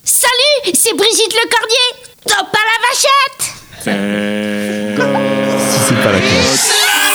Salut, c'est Brigitte Lecordier. Top à la vachette. Si c'est pas la classe.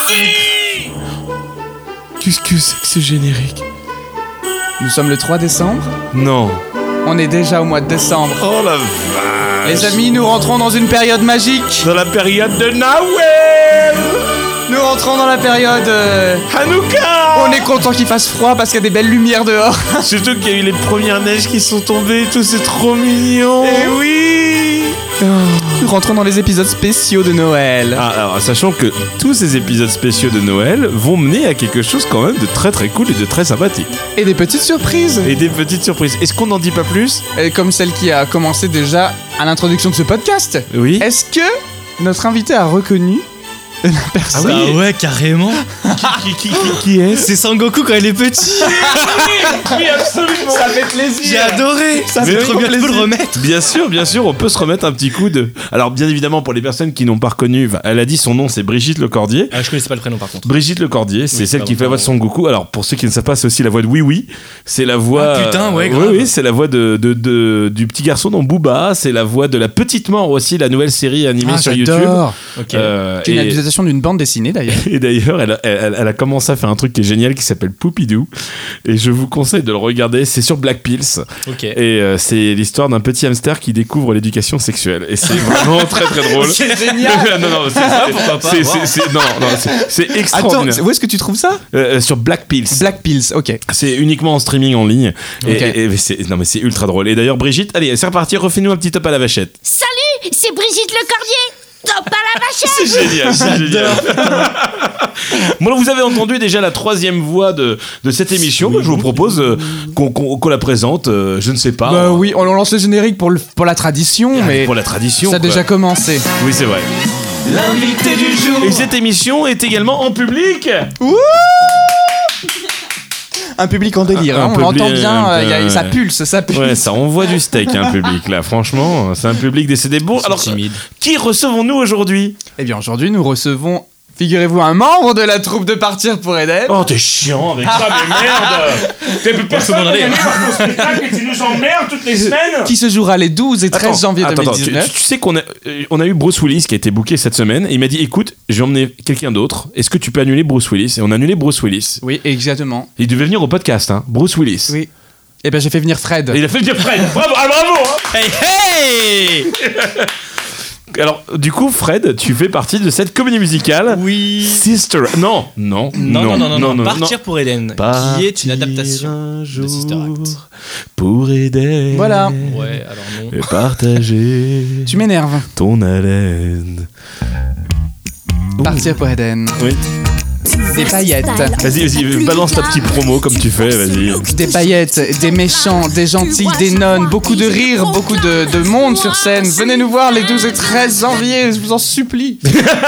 Qu'est-ce que c'est que ce générique? Nous sommes le 3 décembre. Non. On est déjà au mois de décembre. Oh la vache. Les amis, nous rentrons dans une période magique. Dans la période de Noël. Nous rentrons dans la période... Hanouka. On est content qu'il fasse froid parce qu'il y a des belles lumières dehors. Surtout qu'il y a eu les premières neiges qui sont tombées et tout, c'est trop mignon. Eh oui. Nous rentrons dans les épisodes spéciaux de Noël. Ah, alors, sachant que tous ces épisodes spéciaux de Noël vont mener à quelque chose quand même de très très cool et de très sympathique. Et des petites surprises. Et des petites surprises. Est-ce qu'on n'en dit pas plus? Et comme celle qui a commencé déjà à l'introduction de ce podcast. Oui. Est-ce que notre invité a reconnu la personne? Ah ouais, carrément. Qui est? C'est Sangoku quand il est petit. Oui, absolument. Ça fait plaisir. J'ai adoré. Ça C'est fait trop bien de plaisir. le remettre. Bien sûr, on peut se remettre un petit coup de... Alors, bien évidemment, pour les personnes qui n'ont pas reconnu, elle a dit son nom, c'est Brigitte Lecordier. Ah, je connaissais pas le prénom par contre. Brigitte Lecordier, c'est celle qui fait la voix de Son Goku. Alors, pour ceux qui ne savent pas, c'est aussi la voix de Oui Oui. C'est la voix... Ah, putain, ouais, grave. Oui, c'est la voix du petit garçon dans Booba. C'est la voix de La Petite Mort aussi, la nouvelle série animée sur YouTube. Ok. C'est une adaptation d'une bande dessinée d'ailleurs. Et d'ailleurs, elle a commencé à faire un truc qui est génial qui s'appelle Poupidou. Et je vous conseille de le regarder. C'est sur Black Pills. Ok. Et c'est l'histoire d'un petit hamster qui découvre l'éducation sexuelle. Et c'est vraiment très très drôle. C'est génial. non, pourquoi pas, c'est Attends, extraordinaire. où est-ce que tu trouves ça? Sur Black Pills. Black Pills, ok. C'est uniquement en streaming en ligne. Ok. Et c'est ultra drôle. Et d'ailleurs, Brigitte, allez, c'est reparti. Refais-nous un petit top à la vachette. Salut, c'est Brigitte Lecordier. Top à la vachette. C'est génial, c'est génial. Bon, vous avez entendu déjà la troisième voix de cette émission. Je vous propose qu'on la présente. Je ne sais pas. Bah oui, on lance le générique pour la tradition, mais Pour la tradition. ça a quoi. déjà commencé. Oui, c'est vrai. L'invité du jour. Et cette émission est également en public. Un public en délire, hein, on public, l'entend bien, ouais. ça pulse, ça pulse. Ouais, ça envoie du steak, un public là. Franchement, c'est un public décédé. Bon, alors, timide. qui recevons-nous aujourd'hui? Eh bien aujourd'hui nous recevons, figurez-vous, un membre de la troupe de Partir pour Eden. Oh, t'es chiant avec ça, mais merde! T'es plus personne demander. à ton spectacle et tu nous emmerdes toutes les semaines! Qui se jouera les 12 et 13 janvier Attends, 2019. tu sais qu'on a eu Bruce Willis qui a été booké cette semaine et il m'a dit écoute, je vais emmener quelqu'un d'autre. Est-ce que tu peux annuler Bruce Willis? Et on a annulé Bruce Willis. Oui, exactement. Il devait venir au podcast, hein, Bruce Willis. Oui. Eh bien j'ai fait venir Fred. Et il a fait le Fred. Bravo, hein. Hey. Alors, du coup, Fred, tu fais partie de cette comédie musicale. Oui. Sister. Non. Non. Partir pour Eden, qui est une adaptation de Sister Act. Pour Eden. Voilà. Ouais, alors non. Et partager Tu m'énerves. ton haleine. Partir pour Eden. Oui. Des paillettes. Vas-y, balance ta petite promo comme tu fais, vas-y. Des paillettes, des méchants, des gentils, des nonnes, beaucoup de rires, beaucoup de monde sur scène. Venez nous voir les 12 et 13 janvier, je vous en supplie.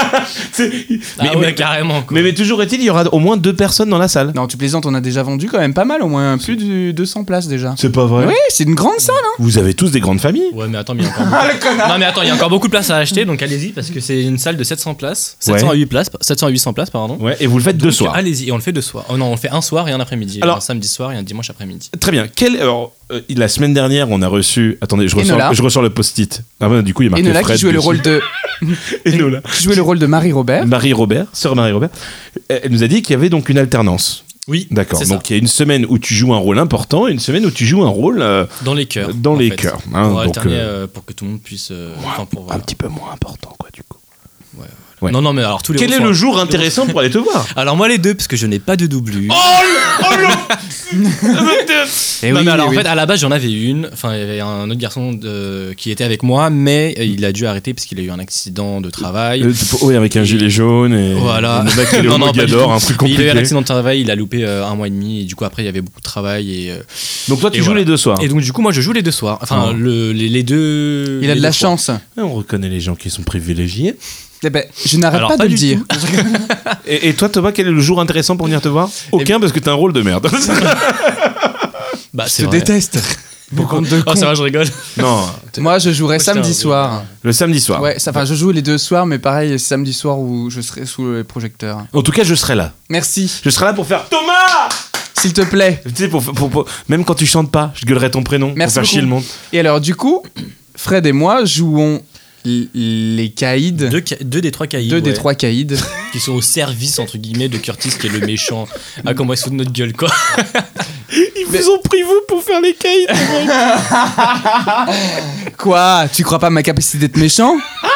Mais carrément quoi. Mais toujours est-il, il y aura au moins 2 personnes dans la salle. Non, tu plaisantes, on a déjà vendu quand même pas mal, au moins plus de 200 places déjà. C'est pas vrai. Oui, c'est une grande salle, hein. Vous avez tous des grandes familles. Ouais, mais attends, mais il y a encore beaucoup... Non, mais attends, il y a encore beaucoup de places à acheter, donc allez-y, parce que c'est une salle de 700 places. 700 à 800 places, pardon. Ouais, et vous le faites 2 Donc, soirs. Allez-y, et on le fait 2 soirs. Oh non, on le fait un soir et un après-midi. Alors- Un samedi soir et un dimanche après-midi. Très bien. Alors, la semaine dernière, on a reçu. Attendez, je Enola. ressors le post-it. Ah ouais, du coup, il y a marqué Enola Fred qui jouait le dessus. rôle de Enola. qui jouait le rôle de Marie-Robert. Marie-Robert, sœur Marie-Robert. Elle nous a dit qu'il y avait donc une alternance. Oui, D'accord. c'est ça. Donc il y a une semaine où tu joues un rôle important et une semaine où tu joues un rôle Dans les cœurs. dans en les fait. cœurs. Hein, Pour donc, alterner, pour que tout le monde puisse. Enfin, pour, un voilà. petit peu moins important, quoi, du coup. Ouais. Ouais. Non, mais alors tous les Quel est soirs- le jour intéressant pour aller te voir? Alors moi les deux, parce que je n'ai pas de doublure. Et Non, oui, mais alors oui, en fait à la base j'en avais une, enfin il y avait un autre garçon qui était avec moi, mais il a dû arrêter parce qu'il a eu un accident de travail. Oui, avec un gilet jaune et Voilà. le mec qui est au Non, pas du Mogador, tout. un truc Mais il a eu compliqué. un accident de travail, il a loupé 1 mois et demi, et du coup après il y avait beaucoup de travail. Donc toi, tu Et joues voilà. les 2 soirs. Et donc du coup moi je joue les 2 soirs, enfin Oh. les deux. Il a les de la deux fois. chance. On reconnaît les gens qui sont privilégiés. Eh ben, je n'arrête Alors, pas de pas le du dire. Et toi, Thomas, quel est le jour intéressant pour venir te voir? Aucun, parce que t'as un rôle de merde. Bah Je c'est te vrai. déteste. Bande de Oh cons. c'est vrai, je rigole. Non, Moi, je jouerai Moi, j'étais samedi un- soir. le samedi soir. Ouais, enfin, je joue les 2 soirs, mais pareil, samedi soir où je serai sous les projecteurs. En tout cas, je serai là. Merci. Je serai là pour faire Thomas, s'il te plaît. Tu sais, même quand tu chantes pas, je gueulerai ton prénom Merci pour faire chier le beaucoup. monde. Et alors, du coup, Fred et moi jouons les caïds. Deux des trois caïds. Deux des trois caïds. Qui sont au service, entre guillemets, de Curtis, qui est le méchant. Ah, comment ils se foutent de notre gueule, quoi. Ils vous ont pris vous pour faire les caïds. Quoi? Tu crois pas à ma capacité d'être méchant?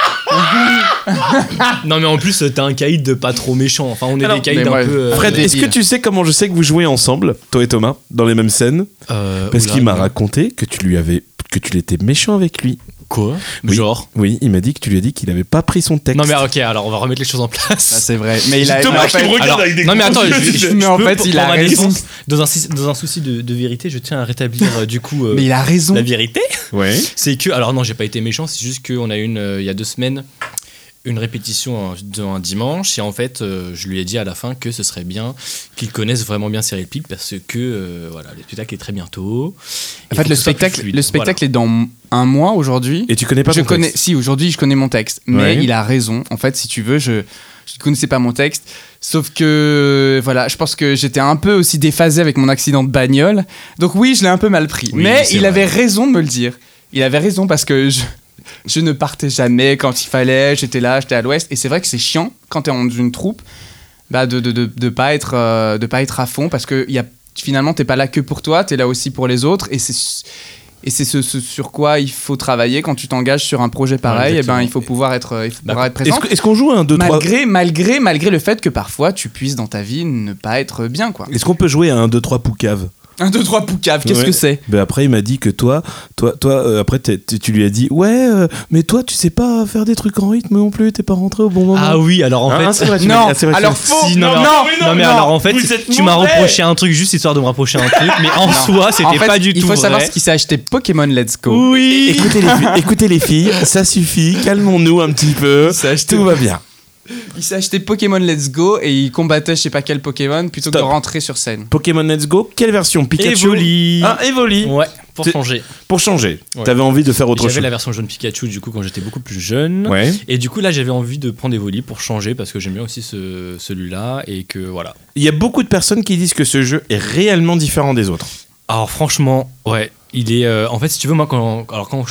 Non, mais en plus, t'as un caïd de pas trop méchant. Enfin, on est Alors, des caïds mais un moi, peu. Fred, est-ce que tu sais comment je sais que vous jouez ensemble, toi et Thomas, dans les mêmes scènes? Parce qu'il m'a raconté que tu l'étais méchant avec lui. Quoi? Oui. Genre? Oui, il m'a dit que tu lui as dit qu'il avait pas pris son texte. Non, mais ok, alors on va remettre les choses en place. Ça, c'est vrai. Mais il a. Thomas en fait- qui me regarde Alors, avec des non mais attends, Mais en fait, pour il a ma raison. défense, dans un souci de vérité, je tiens à rétablir du coup Mais il a raison. la vérité. Ouais. C'est que, alors non, j'ai pas été méchant, c'est juste qu'on a eu il y a 2 semaines une répétition un dimanche et en fait je lui ai dit à la fin que ce serait bien qu'il connaisse vraiment bien ses répliques parce que voilà, le spectacle est très bientôt. En fait, le spectacle est dans un mois aujourd'hui. Et tu connais pas Je ton connais. texte. Si, aujourd'hui, je connais mon texte. Mais Ouais. il a raison. En fait, si tu veux, je ne connaissais pas mon texte. Sauf que, voilà, je pense que j'étais un peu aussi déphasé avec mon accident de bagnole. Donc oui, je l'ai un peu mal pris. Oui, mais c'est il vrai. avait raison de me le dire. Il avait raison parce que je ne partais jamais quand il fallait. J'étais là, j'étais à l'ouest. Et c'est vrai que c'est chiant quand t'es dans une troupe bah, de pas être à fond parce que finalement, t'es pas là que pour toi, t'es là aussi pour les autres. Et c'est ce sur quoi il faut travailler quand tu t'engages sur un projet pareil. Ouais, Et ben, il exactement. faut pouvoir être présent. Est-ce qu'on joue un 2, 3 Malgré le fait que parfois tu puisses dans ta vie ne pas être bien, quoi. Est-ce qu'on peut jouer à un 2, 3 poucave? 1, 2, 3 poucave, qu'est-ce Ouais. que c'est? Ben après, il m'a dit que toi après, tu lui as dit ouais, mais toi, tu sais pas faire des trucs en rythme non plus, t'es pas rentré au bon moment. Ah oui, alors en Hein, fait. c'est vrai, tu Non, m'as dit- c'est vrai, tu alors m'as- faux. Si, non, mais alors en fait, vous êtes tu m'as mauvais. reproché un truc juste histoire de me rapprocher un truc, mais en soi, c'était En fait, pas du tout il faut savoir vrai. ce qu'il s'est acheté Pokémon Let's Go. Oui. Écoutez les filles, ça suffit, calmons-nous un petit peu, tout va bien. Il s'est acheté Pokémon Let's Go et il combattait je sais pas quel Pokémon plutôt que de Stop. rentrer sur scène. Pokémon Let's Go, quelle version? Pikachu? Evoli. Ah, Evoli. Ouais, pour C'est- changer. Pour changer. Ouais. T'avais envie de faire autre J'avais chose. la version jaune Pikachu du coup quand j'étais beaucoup plus jeune. Ouais. Et du coup là j'avais envie de prendre Evoli pour changer parce que j'aime bien aussi celui-là et que voilà. Il y a beaucoup de personnes qui disent que ce jeu est réellement différent des autres. Alors franchement, ouais, il est en fait si tu veux moi quand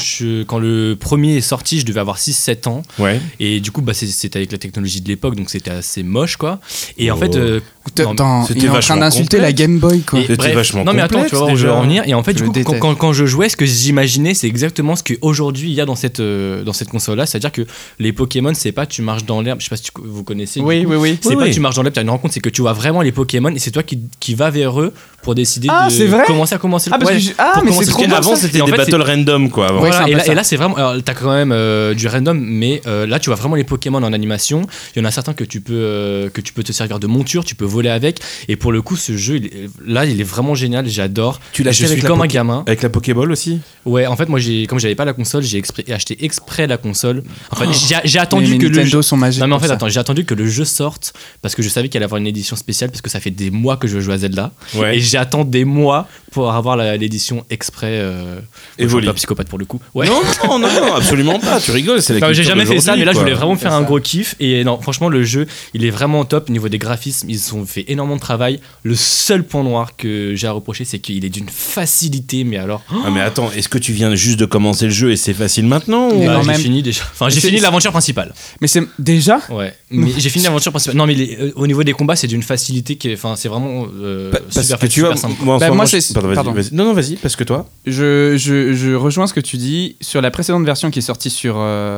le premier est sorti, je devais avoir 6-7 ans Ouais. et du coup bah c'était avec la technologie de l'époque donc c'était assez moche quoi. Et en Oh. fait Attends, c'était il est en train vachement d'insulter complexe. la Game Boy, quoi. Et C'était bref, vachement non mais attends, complexe, tu vas voir où je vais déjà. en venir. Et en fait, Je du coup, déteste. quand je jouais, ce que j'imaginais, c'est exactement ce qu'aujourd'hui il y a dans cette console-là. C'est-à-dire que les Pokémon, c'est pas tu marches dans l'herbe. Je sais pas si vous connaissez. du Oui, coup. oui, oui. C'est pas oui. tu marches dans l'herbe, t'as une rencontre, c'est que tu vois vraiment les Pokémon et c'est toi qui vas vers eux pour décider Ah, de c'est vrai commencer le Ah, parce que ouais, mais pour c'est commencer- trop Parce bien, qu'avant, ça. c'était Et en des fait, battles random, quoi. avant. Ouais, Voilà, c'est un et peu là, ça. et là, c'est vraiment. Alors, t'as quand même du random, mais là, tu vois vraiment les Pokémon en animation. Il y en a certains que tu peux te servir de monture, tu peux voler avec. Et pour le coup, ce jeu, il est vraiment génial. J'adore. Tu l'as Je acheté suis avec la comme un Poké- gamin. Avec la Pokéball aussi? Ouais, en fait, moi, comme j'avais pas la console, j'ai acheté exprès la console. Enfin, j'ai attendu Les que le Nintendo jeu. sont magiques. Non, mais en pour fait, ça. attends, j'ai attendu que le jeu sorte parce que je savais qu'il allait avoir une édition spéciale parce que ça fait des mois que je joue à Zelda. Ouais. Et j'attends des mois pour avoir l'édition exprès. Je suis Evoli. pas psychopathe pour le coup. Ouais. Non, absolument pas. Tu rigoles, c'est la Non, j'ai culture jamais fait ça, d'aujourd'hui, mais là je quoi. voulais vraiment faire C'est un ça. gros kiff. Et non, franchement, le jeu il est vraiment top. Au niveau des graphismes, ils ont fait énormément de travail. Le seul point noir que j'ai à reprocher, c'est qu'il est d'une facilité, mais alors. Ah, mais attends, est-ce que tu viens juste de commencer le jeu et c'est facile maintenant ou- Mais Bah, quand j'ai même- fini déjà. Enfin, j'ai C'est- fini l'aventure principale. Mais c'est déjà. Ouais. Mais j'ai fini l'aventure principale. Non, mais au niveau des combats, c'est d'une facilité qui est. Enfin, c'est vraiment. Parce super que tu vois, super simple. moi, en ce Bah, moment, moi, je- c'est- Pardon, vas-y, pardon. vas-y. Non, vas-y, parce que toi. Je rejoins ce que tu dis sur la précédente version qui est sortie sur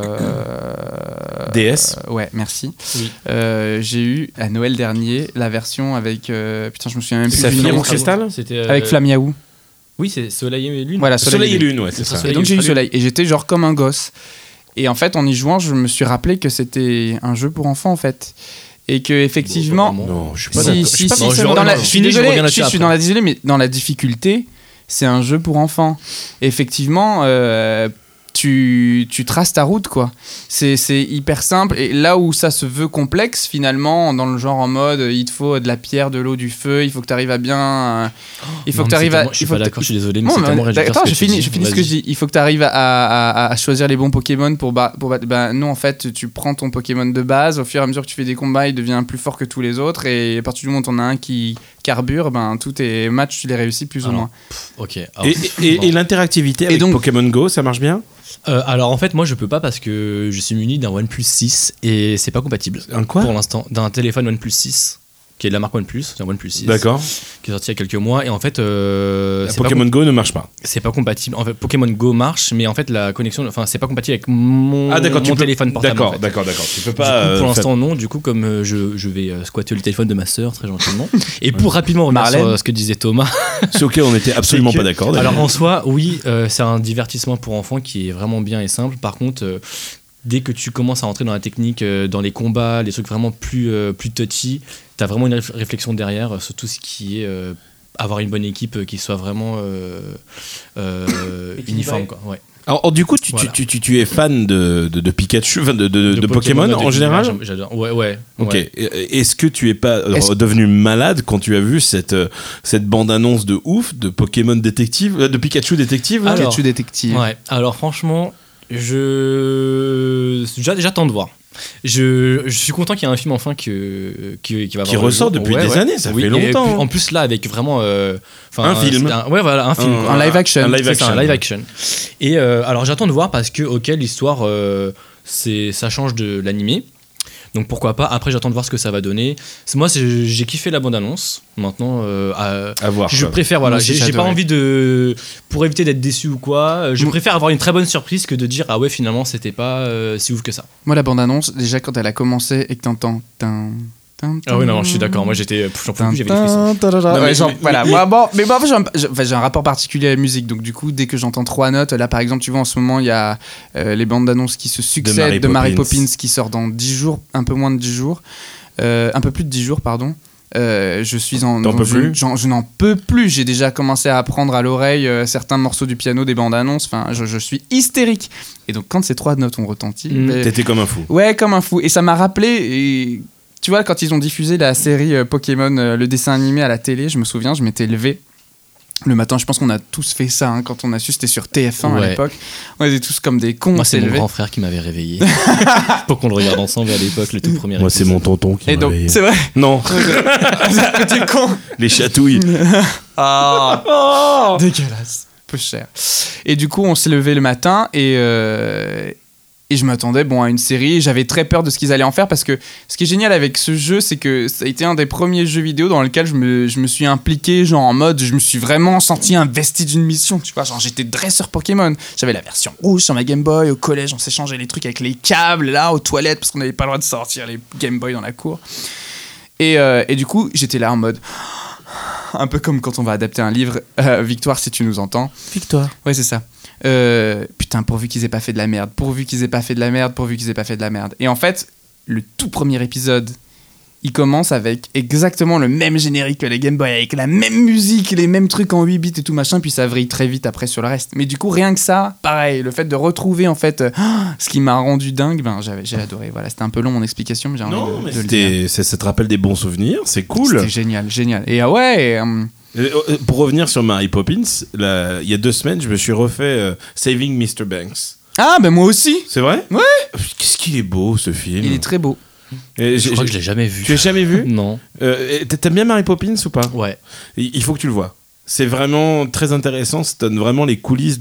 DS. Ouais, merci. Oui. J'ai eu à Noël dernier la version avec putain, je me souviens même plus du Saphir nom. ou Cristal C'était. Avec Flamiaou. Oui, c'est Soleil et Lune. Voilà, Soleil et Lune, ouais, c'est C'est ça. Soleil Et donc et j'ai eu Lune. Soleil et j'étais genre comme un gosse. Et en fait, en y jouant, je me suis rappelé que c'était un jeu pour enfants en fait. Et que effectivement, Bon, vraiment. Non, je suis pas d'accord. si, Je suis si, pas si, Non, forcément je dans la- reviens- je je suis finis, je désolé, reviens je là-dessus suis après. dans la désolé, mais dans la difficulté, c'est un jeu pour enfants. Et effectivement, tu traces ta route, quoi. C'est hyper simple. Et là où ça se veut complexe, finalement, dans le genre en mode, il te faut de la pierre, de l'eau, du feu, il faut que tu arrives à bien... il faut Non, que tu mais arrives c'est à... tellement- Je suis pas d'accord, je suis désolé, mais Non, c'est mais tellement réducteur. attends, ce je que tu finis dis. ce que je Vas-y. dis. Il faut que tu arrives à choisir les bons Pokémon pour battre. Ben, non, en fait, tu prends ton Pokémon de base. Au fur et à mesure que tu fais des combats, il devient plus fort que tous les autres. Et à partir du moment où t'en as un qui carbure, ben tous tes matchs tu les réussis plus ou Alors, moins. Ok. Alors, Et l'interactivité avec donc- Pokémon Go, ça marche bien? alors en fait, moi je peux pas parce que je suis muni d'un OnePlus 6 et c'est pas compatible. Un quoi? Pour l'instant, d'un téléphone OnePlus 6 qui est de la marque OnePlus, c'est un OnePlus 6. D'accord. Qui est sorti il y a quelques mois et en fait c'est Pokémon Go ne marche pas. c'est pas compatible. En fait, Pokémon Go marche, mais en fait la connexion, enfin c'est pas compatible avec mon, mon téléphone portable. en fait. D'accord. Tu peux Du pas. coup, pour l'instant non. Du coup, comme je vais squatter le téléphone de ma sœur très gentiment. Et pour rapidement revenir Marlène. sur ce que disait Thomas. C'est ok, on était absolument C'est que- pas d'accord. d'ailleurs. Alors en soi, oui, c'est un divertissement pour enfants qui est vraiment bien et simple. Par contre, dès que tu commences à rentrer dans la technique, dans les combats, les trucs vraiment plus touchy, t'as vraiment une réflexion derrière sur tout ce qui est avoir une bonne équipe qui soit vraiment uniforme. Quoi. Ouais. Alors, du coup, Voilà. tu es fan de Pikachu, enfin de Pokémon en général? J'adore. Ouais. Ok. Ouais. Est-ce que tu es pas devenu malade quand tu as vu cette bande-annonce de ouf de Pokémon détective, de Pikachu détective là? Alors, Pikachu détective. Ouais. Alors franchement, j'attends de voir. Je suis content qu'il y ait un film enfin qui va Qui avoir le ressort jour. depuis des années, ça fait et longtemps. puis, en plus là avec vraiment Un film. Ouais voilà, un film. quoi. Un live action. Un live C'est ça, action. un live action. Et alors j'attends de voir parce que ok l'histoire ça change de l'animé. Donc pourquoi pas. Après j'attends de voir ce que ça va donner. Moi j'ai kiffé la bande annonce. Maintenant À voir. je quoi. préfère voilà. Moi aussi, J'ai pas j'adorais. envie de pour éviter d'être déçu ou quoi. Je préfère avoir une très bonne surprise que de dire ah ouais finalement c'était pas si ouf que ça. Moi la bande annonce, déjà quand elle a commencé et que t'entends. Ah oui non je suis d'accord. Moi j'étais j'en pouvais plus, j'avais des frissons. Non, mais- Voilà, moi, bon, mais moi, j'ai un rapport particulier à la musique, donc du coup, dès que j'entends 3 notes, là par exemple, tu vois, en ce moment, il y a les bandes d'annonces qui se succèdent de Mary Poppins qui sort dans 10 jours, un peu moins de 10 jours, un peu plus de 10 jours, pardon. Je suis en. T'en peux plus Je n'en peux plus. J'ai déjà commencé à apprendre à l'oreille certains morceaux du piano des bandes annonces. Enfin, je suis hystérique. Et donc, quand ces 3 notes ont retenti, T'étais comme un fou. ouais, comme un fou. Et ça m'a rappelé. Et tu vois, quand ils ont diffusé la série Pokémon, le dessin animé à la télé, je me souviens, je m'étais levé le matin. Je pense qu'on a tous fait ça hein, quand on a su, c'était sur TF1 à Ouais. l'époque. On était tous comme des cons. Moi on c'est s'est mon levés. grand frère qui m'avait réveillé pour qu'on le regarde ensemble à l'époque le tout premier. Moi, c'est épisode. mon tonton qui Et m'a donc, réveillé. c'est vrai. Non, T'es con. les chatouilles. Ah, dégueulasse. Peu cher. Et du coup, on s'est levé le matin et je m'attendais à une série. J'avais très peur de ce qu'ils allaient en faire parce que ce qui est génial avec ce jeu, c'est que ça a été un des premiers jeux vidéo dans lequel je me suis impliqué, genre en mode, je me suis vraiment senti investi d'une mission. Tu vois, genre j'étais dresseur Pokémon. J'avais la version rouge sur ma Game Boy. Au collège, on s'échangeait les trucs avec les câbles là aux toilettes parce qu'on n'avait pas le droit de sortir les Game Boy dans la cour. Et du coup, j'étais là en mode. Un peu comme quand on va adapter un livre. Victoire, si tu nous entends. Victoire. Ouais, c'est ça. Putain, pourvu qu'ils aient pas fait de la merde. Pourvu qu'ils aient pas fait de la merde. Pourvu qu'ils aient pas fait de la merde. Et en fait, le tout premier épisode, il commence avec exactement le même générique que les Game Boy, avec la même musique, les mêmes trucs en 8 bits et tout machin, puis ça vrille très vite après sur le reste. Mais du coup, rien que ça, pareil, le fait de retrouver en fait ce qui m'a rendu dingue, j'ai adoré. Voilà, c'était un peu long mon explication, mais j'ai envie Non, mais de le dire. ça te rappelle des bons souvenirs, c'est cool. C'était génial, génial. Et ah ouais, Pour revenir sur Mary Poppins, il y a 2 semaines, je me suis refait Saving Mr. Banks. ah ben moi aussi. C'est vrai? Ouais. Qu'est-ce qu'il est beau ce film. Il est très beau. Et Je crois que je l'ai jamais vu. Tu l'as jamais vu? Non. T'aimes bien Mary Poppins ou pas? Ouais. Il faut que tu le vois. C'est vraiment très intéressant, ça donne vraiment les coulisses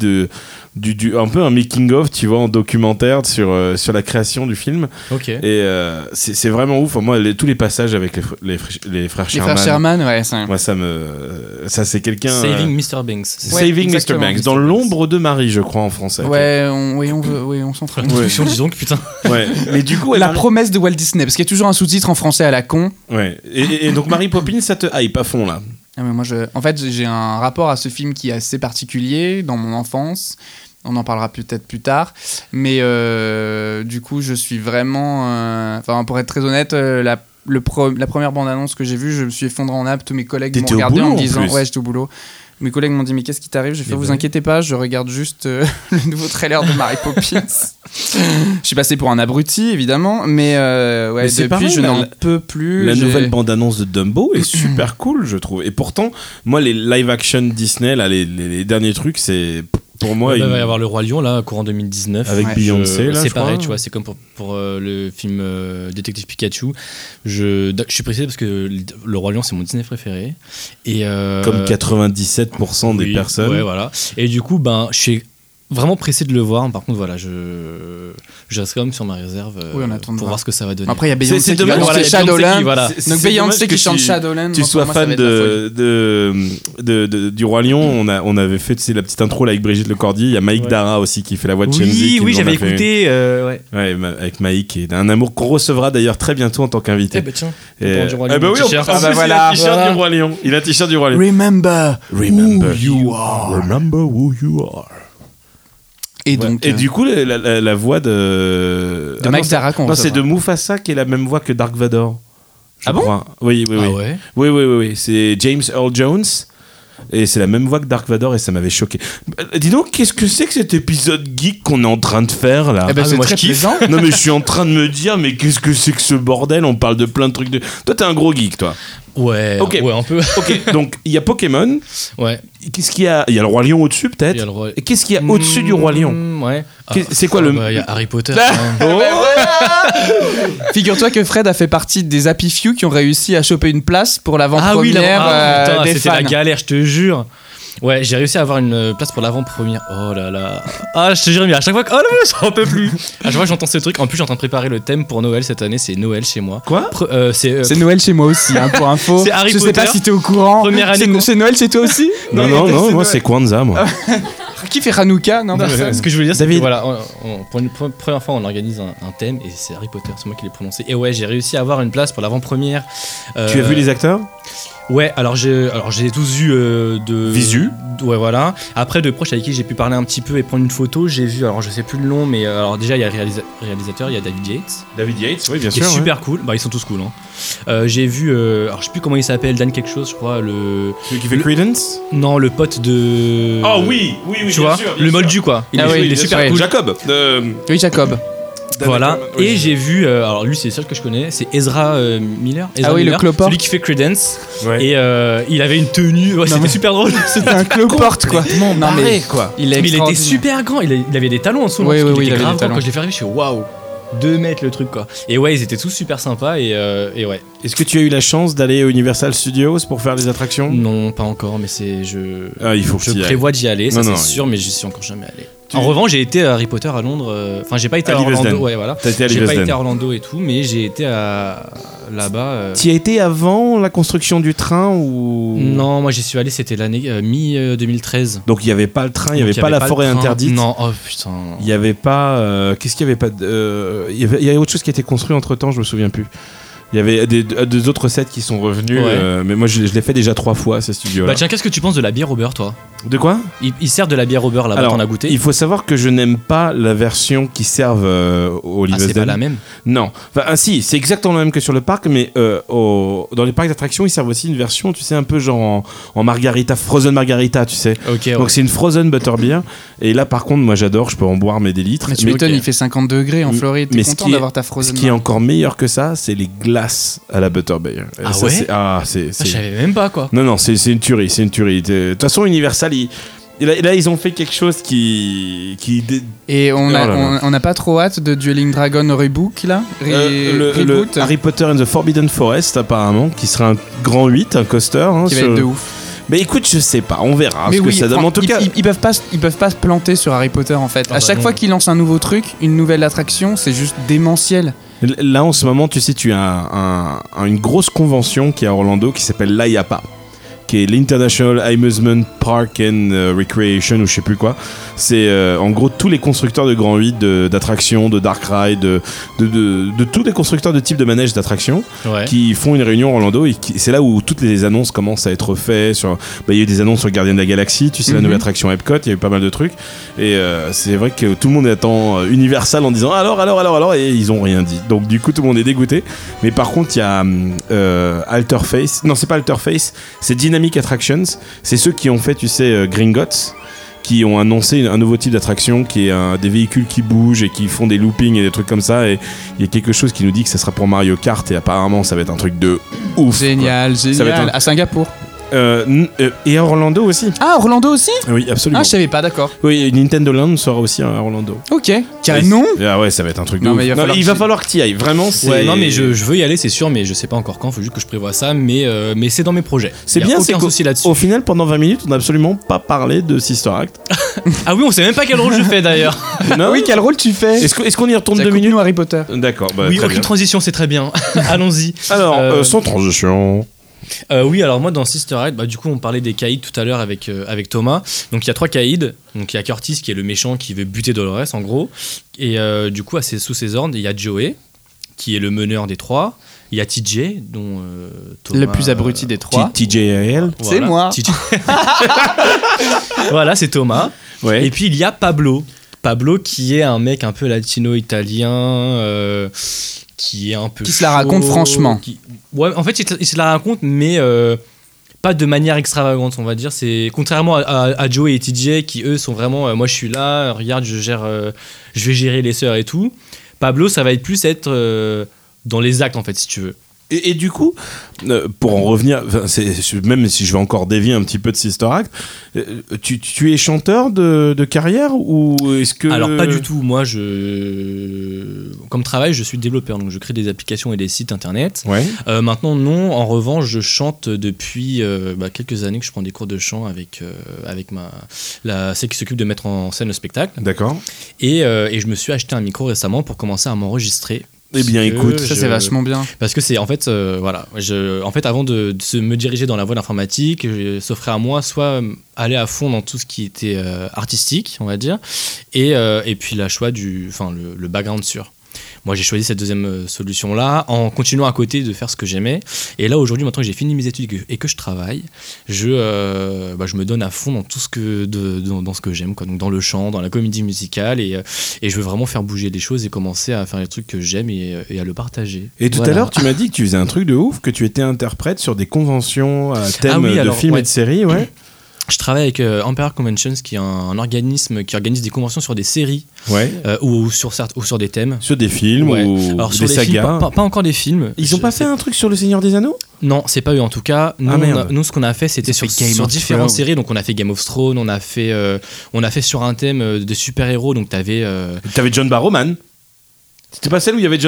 un peu un making-of, tu vois, en documentaire sur la création du film. Ok. Et c'est vraiment ouf. Moi, tous les passages avec les frères Les Sherman. frères Sherman, ouais, c'est. Moi, ça c'est quelqu'un. Saving Mr. Banks. Ouais, Saving Mr. exactement, Banks, Mr. dans Banks. l'ombre de Marie, je crois en français. Ouais, on s'en fout. Traduction, disons que putain. Ouais. Mais du coup, La promesse de Walt Disney, parce qu'il y a toujours un sous-titre en français à la con. Ouais. Et donc Mary Poppins, ça te hype à fond là. Ah, mais moi, en fait, j'ai un rapport à ce film qui est assez particulier dans mon enfance. On en parlera peut-être plus tard. Mais du coup, je suis vraiment. Enfin, pour être très honnête, la première bande-annonce que j'ai vue, je me suis effondré en nappe. Tous mes collègues m'ont T'étais au regardé boulot, en en me disant. plus. Ouais, j'étais au boulot. Mes collègues m'ont dit, mais qu'est-ce qui t'arrive? J'ai fait, vous inquiétez pas, je regarde juste le nouveau trailer de Mary Poppins. Je suis passé pour un abruti, évidemment, mais ouais, Mais c'est depuis, pareil, je la- n'en peux plus. La J'ai- nouvelle bande-annonce de Dumbo est super cool, je trouve. Et pourtant, moi, les live-action Disney, là, les derniers trucs, c'est Pour moi, il va y avoir le Roi Lion là, courant 2019. avec Beyoncé, là, c'est je pareil, crois. tu vois, c'est comme pour le film Détective Pikachu. Je suis précisé parce que le Roi Lion c'est mon Disney préféré. Et Comme 97% des oui, personnes. Ouais, voilà. Et du coup, je suis vraiment pressé de le voir. Par contre, voilà, je reste quand même sur ma réserve Oui, on attend de pour voir ce que ça va donner. Après, il y a C'est Beyoncé qui dommage, va voilà, chanter Beyoncé Shadowland. qui, voilà. Donc C'est Beyoncé dommage qui que chante tu- Shadowland. Tu moi, sois pour moi, ça fan va être la folie. du Roi Lion, on avait fait la petite intro là, avec Brigitte Lecordier. Il y a Mike Ouais. Dara aussi qui fait la voix de Shenzi. Oui, qui oui, nous en j'avais a fait une. écouté. Ouais. Ouais, avec Mike, et un amour qu'on recevra d'ailleurs très bientôt en tant qu'invité. Eh ben tiens, Et, on parle du Roi Lion, bah le oui, t-shirt. en plus, voilà, il a un t-shirt voilà. du Roi Lion. Il a un t-shirt du Roi Lion. Remember Remember who you are. Remember who you are. Et Ouais. donc, Et du coup, la voix de. de Mike Dara qu'on Non, c'est de recevra. Mufasa qui est la même voix que Dark Vador. Je Ah bon crois. Oui, oui, oui. Ah ouais. Oui. C'est James Earl Jones. Et c'est la même voix que Dark Vador et ça m'avait choqué. Dis donc, qu'est-ce que c'est que cet épisode geek qu'on est en train de faire là Eh ben, Ah, c'est moi, très je kiffe. plaisant. Non mais je suis en train de me dire, mais qu'est-ce que c'est que ce bordel? On parle de plein de trucs de... Toi t'es un gros geek toi. Ouais, Ok. ouais, un peu. Ok, donc il y a Pokémon. Ouais. Qu'est-ce qu'il y a? Il y a le Roi Lion au-dessus Il y peut-être. a le Roi- Et qu'est-ce qu'il y a au-dessus du Roi Lion? Ouais. C'est quoi le... Il y a Harry Potter. Oh Figure-toi que Fred a fait partie des Happy Few qui ont réussi à choper une place pour Ah oui, l'avant-première putain, des c'était fans. la galère, je te jure. Ouais, j'ai réussi à avoir une place pour l'avant-première. Oh là là. Ah, je te jure, mais à chaque fois que. Oh là, j'en peux plus. À chaque fois que j'entends ce truc, en plus, je suis en train de préparer le thème pour Noël cette année, c'est Noël chez moi. Quoi? C'est Noël chez moi aussi, hein, pour info. C'est Harry Je sais pas Potter. si t'es au courant. Première année qu'on- C'est Noël chez toi aussi Non, moi c'est Kwanzaa moi. Qui fait Hanouka Non, personne. Ce que je voulais dire, c'est que David. voilà, pour une première fois, on organise un thème et c'est Harry Potter, c'est moi qui l'ai prononcé. Et ouais, j'ai réussi à avoir une place pour l'avant-première. Tu as vu les acteurs? Ouais, alors j'ai tous vu de Visu. Ouais, voilà. Après, de proches avec qui j'ai pu parler un petit peu et prendre une photo, j'ai vu, alors je sais plus le nom, mais alors déjà il y a le réalisateur, il y a David Yates, David Yates, oui bien qui est super cool. Bah ils sont tous cool. Hein. J'ai vu, alors je sais plus comment il s'appelle, Dan quelque chose, je crois. Celui qui fait Credence? Non, le pote de. Oh oui, Tu vois, le moldu quoi. Ah oui, il est super sûr. cool. Jacob. Oui, Jacob. Voilà, Oui. et j'ai vu, alors lui c'est le seul que je connais, c'est Ezra Miller. Ezra Ah oui, le Miller, cloporte. celui qui fait Credence. Ouais. Et il avait une tenue, ouais, c'était mais- super drôle. C'était un cloporte, quoi. Non, mais quoi. il est Mais il était extraordinaire. super grand, il avait des talons en dessous. Oui, parce oui, qu'il oui, était il avait grave des grand. talons. Quand je l'ai fait arriver, je suis waouh, 2 mètres le truc quoi. Et ouais, ils étaient tous super sympas et ouais. Est-ce que tu as eu la chance d'aller à Universal Studios pour faire les attractions? Non, pas encore, mais Ah, il faut que je tu y ailles. prévois d'y aller, ça Non, non, c'est sûr, mais je suis encore jamais allé. Tu- En revanche, j'ai été à Harry Potter à Londres. Enfin, j'ai pas été À à Orlando. Leavesden. Ouais, voilà. T'as été à J'ai pas Leavesden. été à Orlando et tout, mais j'ai été là-bas. Tu y as été avant la construction du train ou... Non, moi j'y suis allé, c'était l'année mi-2013. Donc il n'y avait pas le train, il n'y avait pas la forêt interdite. Non, oh putain. Il n'y avait pas... Qu'est-ce qu'il n'y avait pas il y avait autre chose qui a été construit entre temps, je me souviens plus. Il y avait des autres sets qui sont revenus, Ouais. mais moi je l'ai fait déjà 3 fois ces studios-là. Bah tiens, qu'est-ce que tu penses de la bière au beurre, toi? De quoi? Ils servent de la bière au beurre là-bas, Alors, t'en as goûté? il faut savoir que je n'aime pas la version qui servent au Ah, c'est Leavesden. pas la même. Non, enfin, si, c'est exactement le même que sur le parc, mais dans les parcs d'attractions, ils servent aussi une version, tu sais, un peu genre en margarita, frozen margarita, tu sais. Ok, ouais. Donc c'est une frozen butterbeer. Et là, par contre, moi j'adore, je peux en boire mais des litres. Mais tu m'étonnes, ok. il fait 50 degrés en Floride. T'es mais ce content qui est- d'avoir ta Ce frozen. qui est encore meilleur que ça, c'est les glaces à la butterbeer. Et Ah ça, ouais c'est- Ah, je c'est- savais même pas quoi. Non, non, c'est une tuerie, c'est une tuerie. De toute façon, Universal, là, ils ont fait quelque chose qui Et on Oh là là. n'a pas trop hâte de Dueling Dragon Rebook là le Reboot Harry Potter and the Forbidden Forest apparemment qui sera un grand 8, un coaster hein, qui va sur- être de ouf. Mais écoute, je sais pas, on verra Mais ce oui, que ça donne. En tout cas, ils peuvent pas se planter sur Harry Potter en fait. Ah À bah chaque non. fois qu'ils lancent un nouveau truc, une nouvelle attraction, c'est juste démentiel. là en ce moment, tu sais, tu as une grosse convention qui est à Orlando qui s'appelle l'IAPA, qui est l'International Amusement Park and Recreation ou je sais plus quoi. C'est en gros tous les constructeurs de Grand 8, d'attractions, de Dark Ride, de tous les constructeurs de type de manège d'attractions Ouais. qui font une réunion à Orlando et c'est là où toutes les annonces commencent à être faites. Il y a eu des annonces sur Guardian de la Galaxie, tu sais, la nouvelle attraction Epcot, il y a eu pas mal de trucs. Et c'est vrai que tout le monde attend Universal en disant alors, et ils ont rien dit. Donc du coup, tout le monde est dégoûté. Mais par contre, il y a Alterface. Non, c'est pas Alterface, c'est Dynamic Attractions. C'est ceux qui ont fait, tu sais, Gringotts, qui ont annoncé un nouveau type d'attraction qui est des véhicules qui bougent et qui font des loopings et des trucs comme ça. Et il y a quelque chose qui nous dit que ça sera pour Mario Kart et apparemment ça va être un truc de ouf. Génial, va être génial. un- À Singapour. Et à Orlando aussi. Ah, Orlando aussi? Oui, absolument. Ah, je savais pas, d'accord. Oui, Nintendo Land sera aussi à Orlando. Ok. Canon. Ah ouais, ça va être un truc de Non, ouf. mais Il va falloir que tu y ailles. Vraiment, c'est. Ouais, non, mais je veux y aller, c'est sûr, mais je sais pas encore quand. Faut juste que je prévoie ça, mais c'est dans mes projets. C'est Y a bien, c'est aucun souci là-dessus. Au final, pendant 20 minutes, on n'a absolument pas parlé de Sister Act. Ah oui, on sait même pas quel rôle je fais d'ailleurs. Non. Oui, quel rôle tu fais? Est-ce qu'on y retourne Ça 2 coupe minutes? nous Harry Potter. D'accord. Bah, Oui, très aucune bien. transition, c'est très bien. Allons-y. Alors, sans transition. Oui, alors moi dans Sister Act, du coup on parlait des caïds tout à l'heure avec Thomas. Donc il y a 3 caïds. Donc il y a Curtis qui est le méchant qui veut buter Dolores en gros. Et du coup sous ses ordres, il y a Joey qui est le meneur des 3. Il y a TJ dont Thomas, Le plus abruti des 3. TJAL. C'est moi. TJ. Voilà, c'est Thomas. Ouais. Et puis il y a Pablo. Pablo qui est un mec un peu latino-italien, qui est un peu Qui se la raconte franchement. Ouais, en fait il se la raconte, mais pas de manière extravagante, on va dire. C'est contrairement à Joey et TJ qui eux sont vraiment moi je suis là, regarde je vais gérer les sœurs et tout. Pablo ça va être plus dans les actes en fait si tu veux. Et du coup, pour en revenir, même si je vais encore dévier un petit peu de Sister Act, tu es chanteur de carrière ou est-ce que... Alors pas du tout, moi comme travail je suis développeur, donc je crée des applications et des sites internet. Ouais. Maintenant non, en revanche je chante depuis quelques années que je prends des cours de chant avec celle qui s'occupe de mettre en scène le spectacle. D'accord. Et je me suis acheté un micro récemment pour commencer à m'enregistrer. Eh bien, écoute, Ça, c'est vachement bien. Parce que c'est en fait, avant de me diriger dans la voie d'informatique, s'offrait à moi soit aller à fond dans tout ce qui était artistique, on va dire, et puis le background sûr. Moi, j'ai choisi cette deuxième solution-là en continuant à côté de faire ce que j'aimais. Et là, aujourd'hui, maintenant que j'ai fini mes études et que je travaille, je me donne à fond dans tout dans ce que j'aime, quoi. Donc, dans le chant, dans la comédie musicale. Et je veux vraiment faire bouger les choses et commencer à faire les trucs que j'aime et à le partager. Et tout à l'heure, tu m'as dit que tu faisais un truc de ouf, que tu étais interprète sur des conventions à thème de films et de séries, ouais. Je travaille avec Empire Conventions, qui est un organisme qui organise des conventions sur des séries, Ouais. ou sur des thèmes. Sur des films Ouais. ou Alors, des sur les films, sagas. pas encore des films. Ils ont pas fait un truc sur Le Seigneur des Anneaux? Non, c'est pas eux en tout cas. Nous, merde. nous ce qu'on a fait, c'était Ils ont sur fait Game of différentes Thrones. séries. Donc, on a fait Game of Thrones, on a fait sur un thème de super-héros. Donc, t'avais. T'avais John Barrowman. C'était pas celle où il y avait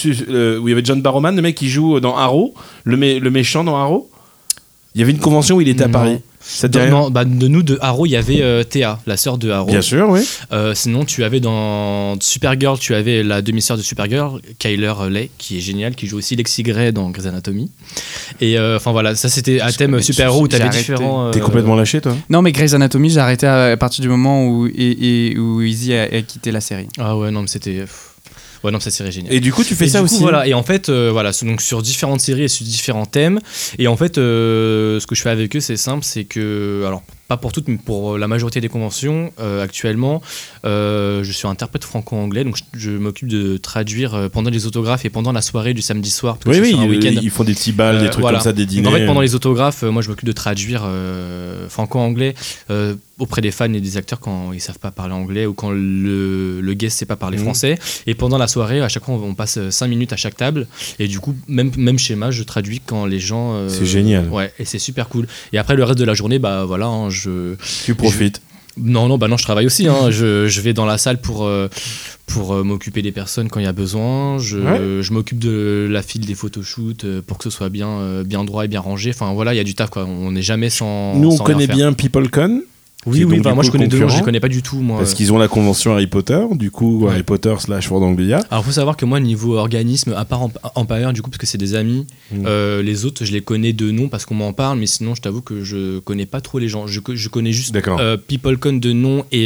John Barrowman, le mec qui joue dans Arrow, le méchant dans Arrow? Il y avait une convention où il était à Non. Paris. Ça te dit rien? Non, de Arrow, il y avait Théa, la sœur de Arrow. Bien sûr, oui. Sinon, tu avais dans Supergirl, tu avais la demi-sœur de Supergirl, Kyler Ley, qui est géniale, qui joue aussi Lexi Grey dans Grey's Anatomy. Et voilà, ça c'était à thème super-héros où tu avais j'ai arrêté. différents. T'es complètement lâché, toi? Non, mais Grey's Anatomy, j'ai arrêté à partir du moment où Izzy a quitté la série. Ah ouais, non, mais c'était. Ouais, non, cette série est géniale. Et du coup, tu fais Et ça du aussi? coup, voilà. Et en fait, donc sur différentes séries et sur différents thèmes. Et en fait, ce que je fais avec eux, c'est simple, c'est que, alors pas pour toutes, mais pour la majorité des conventions, actuellement, je suis interprète franco-anglais, donc je m'occupe de traduire pendant les autographes et pendant la soirée du samedi soir. Parce que Oui, c'est sur un week-end. ils font des petits balles, des trucs voilà. comme ça, des dîners. Donc en fait, pendant les autographes, moi je m'occupe de traduire franco-anglais auprès des fans et des acteurs quand ils savent pas parler anglais ou quand le guest sait pas parler français. Et pendant la soirée, à chaque fois, on passe 5 minutes à chaque table. Et du coup, même schéma, je traduis quand les gens. C'est génial. Ouais, et c'est super cool. Et après, le reste de la journée, voilà, Tu profites. Non, je travaille aussi. Hein. Je vais dans la salle pour m'occuper des personnes quand il y a besoin. Je m'occupe de la file des photoshoots pour que ce soit bien droit et bien rangé. Enfin voilà, il y a du taf quoi. On n'est jamais sans. Nous, on sans rien connaît faire. bien PeopleCon. Oui, qui est donc, du moi coup, je connais deux noms, concurrent. je connais pas du tout moi. Parce qu'ils ont la convention Harry Potter, du coup, Ouais. Harry Potter / Fort d'Anglia. Alors faut savoir que moi niveau organisme, à part Empire du coup parce que c'est des amis, les autres je les connais de nom parce qu'on m'en parle, mais sinon je t'avoue que je connais pas trop les gens. Je connais juste D'accord. PeopleCon de nom et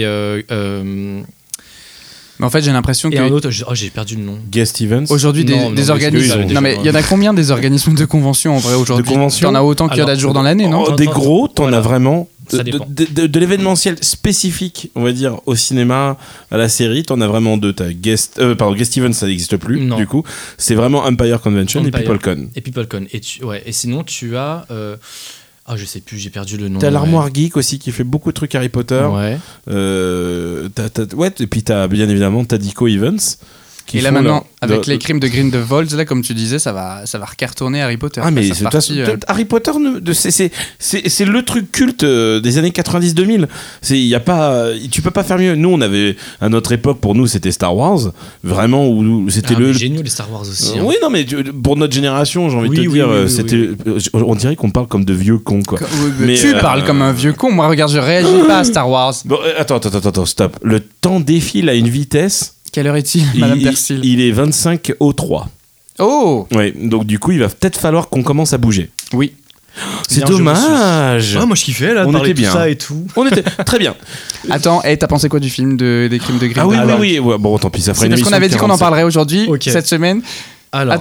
Mais en fait, j'ai l'impression un que autre. J'ai perdu le nom. Guest Stevens. aujourd'hui, Non, des non, organismes. parce que Non, mais il y en a combien des organismes de conventions en vrai aujourd'hui? De conventions T'en as autant qu'il y en a de jours dans l'année, non? Oh, des gros, t'en Voilà. as vraiment. Ça dépend. De l'événementiel spécifique, on va dire, au cinéma, à la série, t'en as vraiment deux. T'as Guest Stevens, ça n'existe plus, Non. du coup. C'est vraiment Empire Convention Empire. et PeopleCon. Et PeopleCon. Et sinon tu as. Je sais plus, j'ai perdu le nom. T'as ouais. l'Armoire Geek aussi qui fait beaucoup de trucs Harry Potter. Ouais. Et puis t'as bien évidemment Tadico Evans. Et là maintenant, avec les crimes de Grindelwald, là, comme tu disais, ça va recartonner Harry Potter. Ah, mais Ça de fait toute façon, partie, Harry Potter, c'est le truc culte des années 90-2000. Y a pas, tu peux pas faire mieux. Nous, on avait, à notre époque, pour nous, c'était Star Wars. Vraiment, où c'était Ah, mais génial les Star Wars aussi. hein. Oui, non, mais pour notre génération, j'ai envie de te dire, c'était. On dirait qu'on parle comme de vieux cons, quoi. Mais tu parles comme un vieux con. Moi, regarde, je réagis pas à Star Wars. Bon, attends, stop. Le temps défile à une vitesse. Quelle heure est-il, Madame Persil? Il est 25 au 3. Oh! Ouais, donc du coup, il va peut-être falloir qu'on commence à bouger. Oui. C'est Bien, je dommage. Ouais, moi je kiffais là, de On parler était de bien. ça et tout. On était très bien. Attends, t'as pensé quoi du film des crimes de Ah Grindelwald? oui. Ouais, bon, tant pis, ça ferait C'est une parce qu'on émission avait de dit qu'on en 45. parlerait aujourd'hui, Ok. cette semaine. Alors,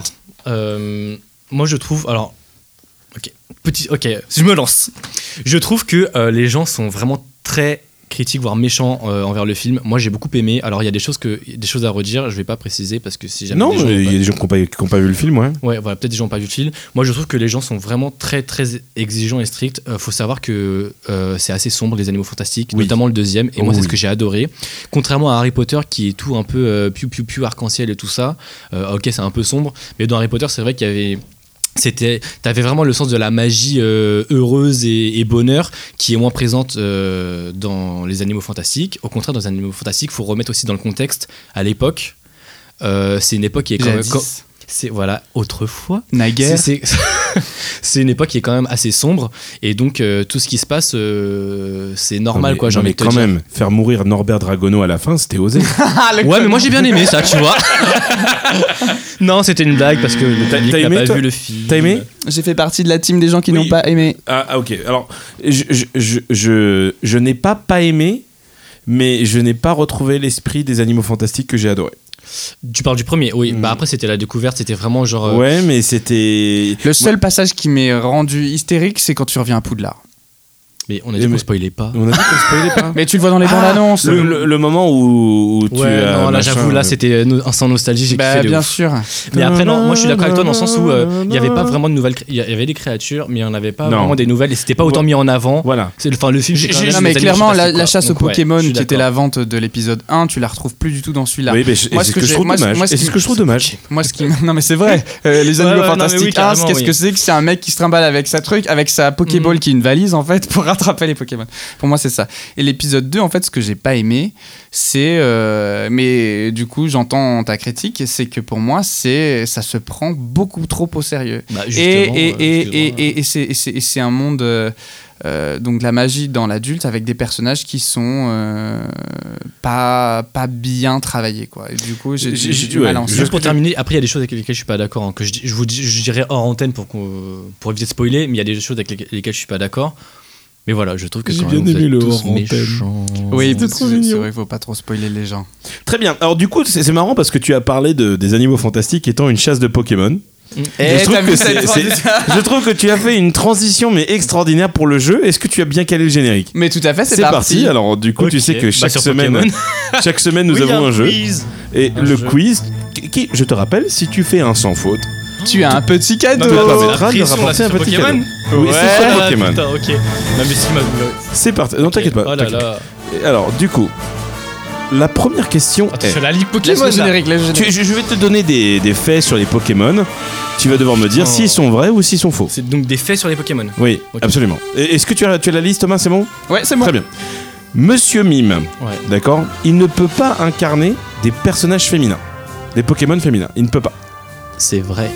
moi je trouve. Alors, ok, je me lance. Je trouve que les gens sont vraiment très critiques, voire méchants envers le film. Moi j'ai beaucoup aimé. Alors il y a des choses à redire, je vais pas préciser parce que si jamais. Non, des gens il y a ont des gens qui n'ont pas vu le film, ouais. Ouais, voilà, peut-être des gens n'ont pas vu le film. Moi, je trouve que les gens sont vraiment très, très exigeants et stricts. Faut savoir que c'est assez sombre, les Animaux Fantastiques, Oui. notamment le deuxième. Et moi, c'est Oui. ce que j'ai adoré. Contrairement à Harry Potter, qui est tout un peu piou arc-en-ciel et tout ça. Ok, c'est un peu sombre. Mais dans Harry Potter, c'est vrai qu'il y avait. T'avais vraiment le sens de la magie heureuse et bonheur qui est moins présente dans les Animaux Fantastiques. Au contraire, dans les Animaux Fantastiques, faut remettre aussi dans le contexte à l'époque. C'est une époque qui est quand même. C'est voilà, autrefois. Naguère. C'est une époque qui est quand même assez sombre et donc tout ce qui se passe, c'est normal quoi. J'ai envie mais de te quand dire. même, faire mourir Norbert Dragono à la fin, c'était osé. Ouais, mais moi j'ai bien aimé ça, tu vois. Non, c'était une blague parce que le public t'as n'a aimé, pas toi vu le film. T'as aimé? J'ai fait partie de la team des gens qui Oui. n'ont pas aimé. Ah, ok. Alors, je n'ai pas aimé, mais je n'ai pas retrouvé l'esprit des Animaux Fantastiques que j'ai adoré. Tu parles du premier, oui. Bah après c'était la découverte, c'était vraiment genre. Ouais, mais c'était. Le seul passage qui m'est rendu hystérique, c'est quand tu reviens à Poudlard. Mais on a dit qu'on spoilait pas. On a dit qu'on spoilait pas. Mais tu le vois dans les bandes annonces. Le moment où tu Ouais, as. non, là machin, j'avoue, là c'était sans nostalgie, j'ai Bah, kiffé de bien ouf. sûr. Mais après, non, moi je suis d'accord avec toi dans le sens où il n'y avait pas vraiment de nouvelles. Il y avait des créatures, mais il n'y en avait pas Non. vraiment des nouvelles et c'était pas autant mis en avant. Voilà. Enfin, le film, c'est quand même Non, des mais Animaux clairement, Fantastiques, la quoi. chasse aux Donc, ouais, Pokémon je suis qui était d'accord. la vente de l'épisode 1, tu la retrouves plus du tout dans celui-là. Oui, mais c'est ce que je trouve dommage. Et c'est ce que je trouve dommage. Moi, ce qui. Non, mais c'est vrai. Les Animaux ouais, non, mais Fantastiques oui, 1, carrément, qu'est-ce oui. que c'est que c'est un mec qui se trimballe avec sa truc, avec sa Pokéball qui est une valise en fait, pour rattraper les Pokémon. Pour moi, c'est ça. Et l'épisode 2, en fait, ce que j'ai pas aimé, c'est. Mais du coup, j'entends ta critique, c'est que pour moi, ça se prend beaucoup trop au sérieux. Bah, justement, Et c'est un monde. Donc de la magie dans l'adulte avec des personnages qui sont pas bien travaillés quoi. Et du coup j'ai du mal à en Juste pour terminer, après il y a des choses avec lesquelles je suis pas d'accord, hein, que je dirais hors antenne pour éviter de spoiler, mais il y a des choses avec lesquelles je suis pas d'accord. Mais voilà, je trouve que J'ai quand bien même, vous aimé êtes le tous hors antenne. méchants. Oui, C'était trop mignon. c'est vrai qu'il faut pas trop spoiler les gens. Très bien. Alors, du coup, c'est marrant parce que tu as parlé des Animaux Fantastiques étant une chasse de Pokémon. Et je trouve que tu as fait une transition mais extraordinaire pour le jeu. Est-ce que tu as bien calé le générique? Mais tout à fait, C'est parti. Alors du coup, Ok. tu sais que Bah, chaque sur semaine, Pokémon. nous Oui, avons un jeu. quiz. Et Un le jeu. quiz, qui, je te rappelle, si tu fais un sans faute, tu as un petit cadeau. Non, mais Attends, mais permettra la de pression, là, rapporter c'est un sur petit Pokémon. oui, c'est sur Ah, Pokémon. putain, ok. Non mais si C'est parti. Non, t'inquiète pas. Oh là t'inquiète. là. Et alors, du coup, la première question Attends, est. sur la Ligue Laisse Pokémon. le là. générique, laisse le générique. Je vais te donner des faits sur les Pokémon. Tu vas devoir me dire Oh. s'ils sont vrais ou s'ils sont faux. C'est donc des faits sur les Pokémon. Oui, Ok. absolument. Est-ce que tu as la liste, Thomas? C'est bon? Ouais, c'est bon. Très bien. Monsieur Mime, Ouais. d'accord? Il ne peut pas incarner des personnages féminins. Des Pokémon féminins. Il ne peut pas. C'est vrai.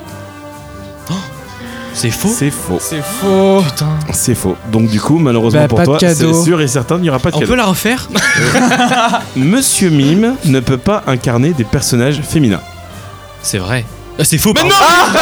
Oh, c'est faux. C'est faux. C'est faux. Putain. C'est faux. Donc du coup, malheureusement Bah, pour pas de toi, c'est cadeau. sûr et certain, il n'y aura pas de On cadeau. peut la refaire? Monsieur Mime ne peut pas incarner des personnages féminins. C'est vrai. Ah, c'est faux. Mais pardon.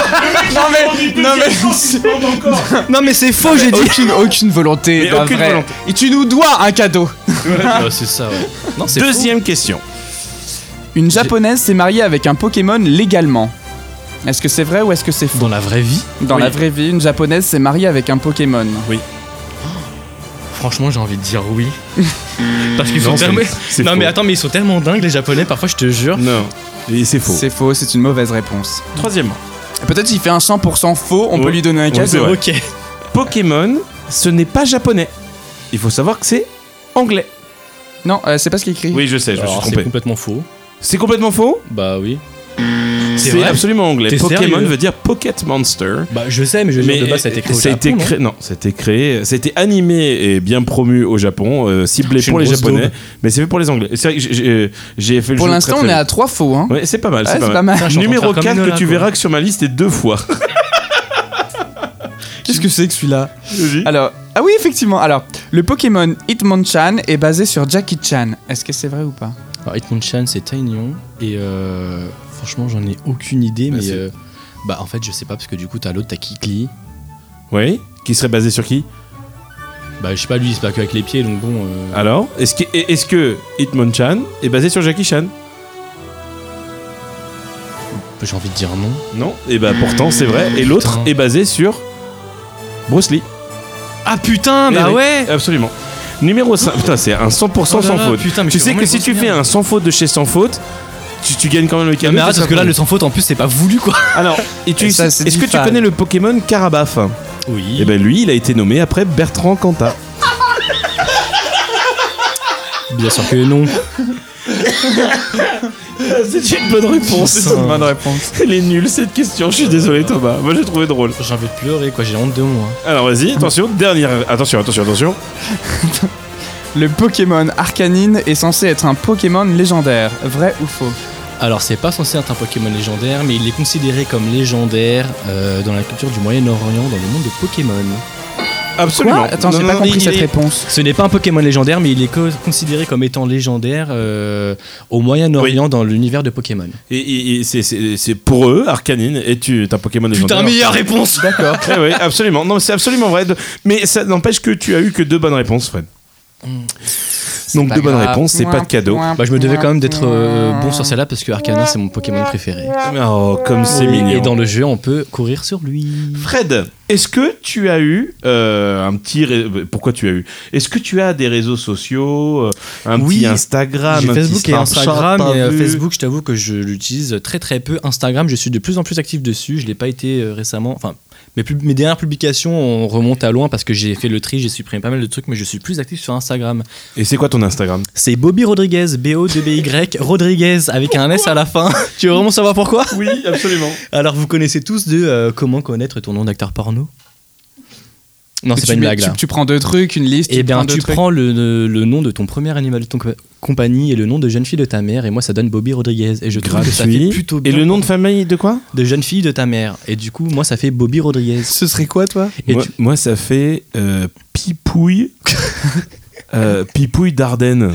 Non mais c'est faux, j'ai dit. Aucune volonté. Mais d'un aucune vrai. volonté. Et tu nous dois un cadeau. Ouais, c'est ça, ouais. Non, c'est Deuxième question. Une japonaise s'est mariée avec un Pokémon légalement. Est-ce que c'est vrai ou est-ce que c'est faux. faux? Dans la vraie vie, Dans Oui. la vraie vie, une japonaise s'est mariée avec un Pokémon. franchement, j'ai envie de dire oui. Parce qu'ils sont Non, tellement. c'est Non faux. mais attends, mais ils sont tellement dingues les Japonais. Parfois, je te jure. Non. Et c'est faux. C'est faux, c'est une mauvaise réponse. Troisièmement. Peut-être qu'il fait un 100% faux, on Ouais. peut lui donner un Ouais, c'est cadeau. vrai. Ok. Pokémon, ce n'est pas japonais. Il faut savoir que c'est anglais. Non, c'est pas ce qu'il écrit. Oui, je sais, je me suis Alors, c'est trompé. complètement faux. C'est complètement faux. Bah oui. C'est vrai absolument anglais. T'es Pokémon sérieux veut dire Pocket Monster. Bah je sais, mais je veux dire de base ça a été créé au Japon, créé, non, ça a été créé, ça a été animé et bien promu au Japon, ciblé Je suis pour une les grosse Japonais, daube. mais c'est fait pour les Anglais. C'est vrai que j'ai fait le Pour jeu l'instant, très, on très est à vite. 3 faux. Hein. Ouais, c'est pas mal, Ouais, c'est pas c'est mal. pas mal. Putain, je suis en train de Numéro faire comme 4 une que tu nana, verras que sur ma liste est 2 fois. Qu'est-ce que c'est que celui-là Vas-y. Alors, ah oui, effectivement. Alors, le Pokémon Hitmonchan est basé sur Jackie Chan. Est-ce que c'est vrai ou pas? Alors Hitmonchan c'est Taignon et franchement j'en ai aucune idée, mais c'est- bah en fait je sais pas parce que du coup t'as l'autre, t'as Kikli. Oui, qui serait basé sur qui? Bah je sais pas, lui c'est pas qu'avec les pieds donc bon. Alors, est-ce que Hitmonchan est basé sur Jackie Chan? J'ai envie de dire non. Non. Et bah pourtant c'est vrai. Et l'autre Putain. est basé sur Bruce Lee. Ah putain, bah Eh oui, ouais. Absolument. Numéro 5. Putain, c'est un 100% Oh là sans là, faute. putain, mais Tu je suis sais que vraiment si une tu grosse fais merde. un sans faute de chez sans faute, tu gagnes quand même le Non, cadeau. mais arrête c'est parce que ça là qu'on le dit. sans faute en plus c'est pas voulu quoi. Alors, Et ça, c'est est-ce que du tu fan. connais le Pokémon Carabaf? Oui. Eh ben lui, il a été nommé après Bertrand Cantat. Bien sûr que non. C'est une bonne réponse. C'est une bonne réponse. Elle est nulle cette question. Je suis désolé Thomas. Moi j'ai trouvé drôle. J'ai envie de pleurer quoi, j'ai honte de moi. Alors vas-y, attention, dernière. Attention. Le Pokémon Arcanine est censé être un Pokémon légendaire. Vrai ou faux? Alors c'est pas censé être un Pokémon légendaire, mais il est considéré comme légendaire dans la culture du Moyen-Orient, dans le monde de Pokémon. Absolument. Quoi? Attends, Non, j'ai non, pas non, compris il cette est- réponse. Ce n'est pas un Pokémon légendaire, mais il est considéré comme étant légendaire au Moyen-Orient dans l'univers de Pokémon. Et c'est pour eux, Arcanine, est un Pokémon légendaire. réponse. D'accord. Eh oui, absolument. Non, c'est absolument vrai. Mais ça n'empêche que tu as eu que 2 bonnes réponses, Fred. Donc pas 2 bonnes grave. réponses, c'est pas de cadeau. Bah je me devais quand même d'être bon sur celle-là parce que Arcanin c'est mon Pokémon préféré. Oh, comme c'est Et mignon. dans le jeu on peut courir sur lui. Fred, est-ce que tu as eu un petit... Pourquoi tu as eu? Est-ce que tu as des réseaux sociaux, un Oui, petit Instagram, J'ai un Facebook petit et Snapchat, Instagram. t'as Et vu Facebook, je t'avoue que je l'utilise très très peu. Instagram, je suis de plus en plus actif dessus. Je l'ai pas été récemment. Enfin, mes dernières publications on remonte à loin parce que j'ai fait le tri, j'ai supprimé pas mal de trucs, mais je suis plus actif sur Instagram. Et c'est quoi ton Instagram? C'est Bobby Rodriguez, B-O-2-B-Y, Rodriguez avec un S à la fin. Tu veux vraiment savoir pourquoi? Oui, absolument. Alors vous connaissez tous de comment connaître ton nom d'acteur porno? Non, c'est pas une blague là. Tu prends 2 trucs, une liste. Eh bien, prends deux tu trucs. prends le nom de ton premier animal de ton compagnie et le nom de jeune fille de ta mère, et moi ça donne Bobby Rodriguez. Et je trouve que ça fait Gratuit. plutôt Et bien. le nom de famille de quoi? De jeune fille de ta mère. Et du coup, moi ça fait Bobby Rodriguez. Ce serait quoi, toi? Et Moi, ça fait Pipouille. Pipouille d'Ardenne.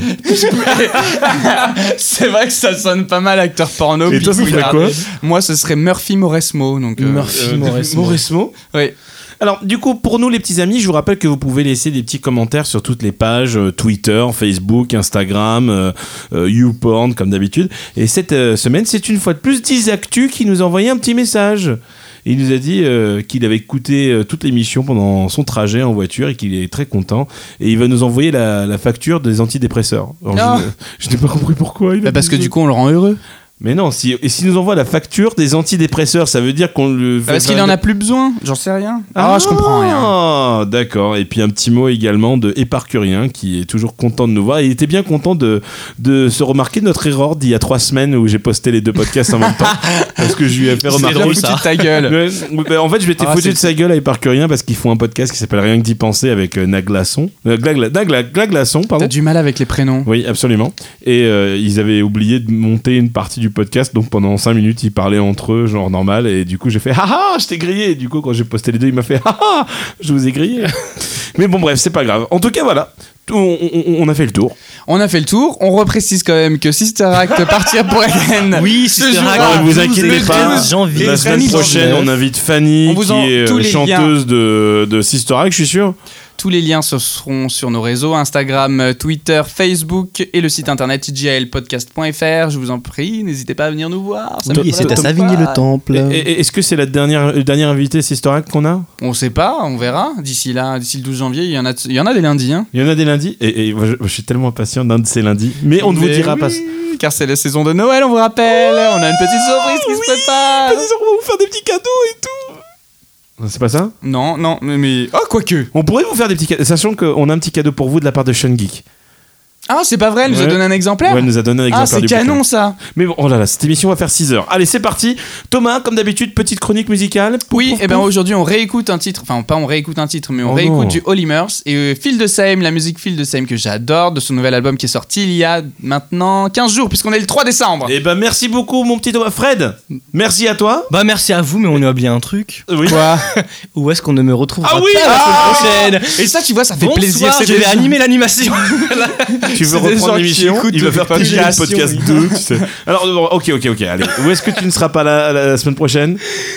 C'est vrai que ça sonne pas mal acteur porno. Et toi, ça Pipouille ferait quoi? Darden. Moi, ce serait Murphy Mauresmo. Donc, Murphy Mauresmo. Mauresmo. Oui. Alors, du coup, pour nous, les petits amis, je vous rappelle que vous pouvez laisser des petits commentaires sur toutes les pages Twitter, Facebook, Instagram, YouPorn, comme d'habitude. Et cette semaine, c'est une fois de plus Dizactu qui nous a envoyé un petit message. Il nous a dit qu'il avait écouté toute l'émission pendant son trajet en voiture et qu'il est très content. Et il va nous envoyer la facture des antidépresseurs. Alors, Non. je n'ai pas compris pourquoi. Il a Parce que dit du ça. coup, on le rend heureux. Mais non, s'il nous envoie la facture des antidépresseurs, ça veut dire qu'on le fait. Parce qu'il en a plus besoin. J'en sais rien. Ah, je comprends rien. Ah, d'accord. Et puis un petit mot également de Éparcurien qui est toujours content de nous voir. Il était bien content de se remarquer notre erreur d'il y a 3 semaines où j'ai posté les 2 podcasts en même temps. Parce que je lui ai fait remarquer. Bien drôle, foutu ça. de ta gueule. Ouais, bah, en fait, je m'étais Ah, foutu c'est- de sa gueule à Éparcurien parce qu'ils font un podcast qui s'appelle Rien que d'y penser avec Naglasson. Glaglasson, pardon. T'as du mal avec les prénoms. Oui, absolument. Et ils avaient oublié de monter une partie du podcast, donc pendant 5 minutes, ils parlaient entre eux, genre normal, et du coup, j'ai fait haha, je t'ai grillé. Et du coup, quand j'ai posté les 2, il m'a fait haha, je vous ai grillé. Mais bon, bref, c'est pas grave. En tout cas, voilà. On a fait le tour. On a fait le tour. On reprécise quand même que Sister Act partir pour Eden. Oui, Ce Sister jour-là, Act. Alors, ne vous 12 inquiétez le pas. 12 janvier. La semaine 2019. prochaine, on invite Fanny, On vous qui en- est tous les chanteuse de Sister Act, je suis sûr. Tous les liens seront sur nos réseaux Instagram, Twitter, Facebook et le site internet tglpodcast.fr. Je vous en prie, n'hésitez pas à venir nous voir. Ça me Oui, et c'est ferait à trop Savigny-le-Temple. Et est-ce que c'est la dernière invitée Sister Act qu'on a? On sait pas, on verra. D'ici le 12 janvier, il y en a des lundis. Hein. Il y en a des lundis, et moi, je suis tellement impatient d'un de ces lundis. Mais on ne vous Mais dira oui, pas. Car c'est la saison de Noël, on vous rappelle. On a une petite surprise qui se prépare. On va vous faire des petits cadeaux et tout. C'est pas ça? Non, mais... Oh, quoique. On pourrait vous faire des petits cadeaux, sachant qu'on a un petit cadeau pour vous de la part de Sean Geek. Ah, c'est pas vrai, elle nous a Ouais. donné un exemplaire. Ouais, elle nous a donné un Ah, exemplaire c'est du canon bouquin. ça. Mais bon, oh là là, cette émission va faire 6 heures. Allez, c'est parti. Thomas, comme d'habitude, petite chronique musicale. Pouf, Oui, pouf, et ben pouf. aujourd'hui on réécoute un titre, enfin pas on réécoute un titre, mais on Oh réécoute non. du Holy Murs et Feel the Same, la musique Feel the Same que j'adore, de son nouvel album qui est sorti il y a maintenant 15 jours, puisqu'on est le 3 décembre. Eh ben, merci beaucoup, mon petit Thomas. Fred, merci à toi. Bah merci à vous, mais on a oublié un truc. Oui. Quoi Où est-ce qu'on ne me retrouvera Ah oui, pas la semaine prochaine? Et ça tu vois, ça fait Bonsoir, plaisir. je vais animer l'animation. Tu veux C'est des gens reprendre qui l'émission? écoutent Il va le faire podcast. le podcast 2, tu sais. Alors, bon, ok, allez. Où est-ce que tu ne seras pas là la semaine prochaine?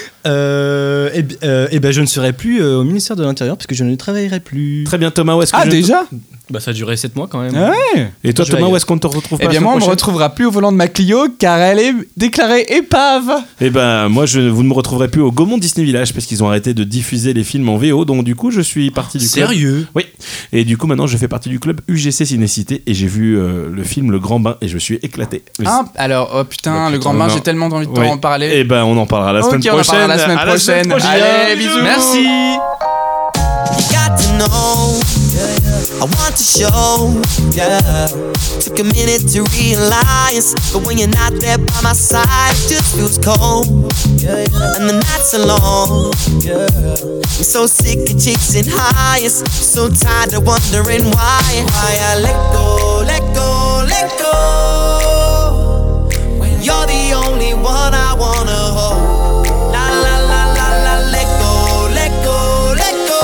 Eh ben je ne serai plus au ministère de l'Intérieur parce que je ne travaillerai plus. Très bien, Thomas, où est-ce que Ah déjà Bah ça a duré 7 mois quand même. Ouais. Et toi, Je vais Thomas, où ailleurs. est-ce qu'on te retrouve pas Eh bien la moi on me semaine prochaine? retrouvera plus au volant de ma Clio car elle est déclarée épave. Eh ben, moi, vous ne me retrouverez plus au Gaumont Disney Village parce qu'ils ont arrêté de diffuser les films en VO. Donc, du coup, je suis parti du club. Sérieux? Oui. Et du coup, maintenant, je fais partie du club UGC Cinécité et j'ai vu le film Le Grand Bain et je me suis éclaté. Oui. Ah, alors oh putain, Bah, le putain, grand bain, non. j'ai tellement envie de Oui. en parler. Eh ben, on en parlera la Ok, semaine on en prochaine. parlera la semaine À la semaine prochaine. prochaine. Allez, bisous. Merci. You got to know, I want to show, yeah. Took a minute to realize, but when you're not there by my side, it just feels cold, and the nights are long, I'm so sick of chasing highs, so tired of wondering why I let go, let go, let go, when you're the only one I wanna hold. La la la la la, let go, let go, let go.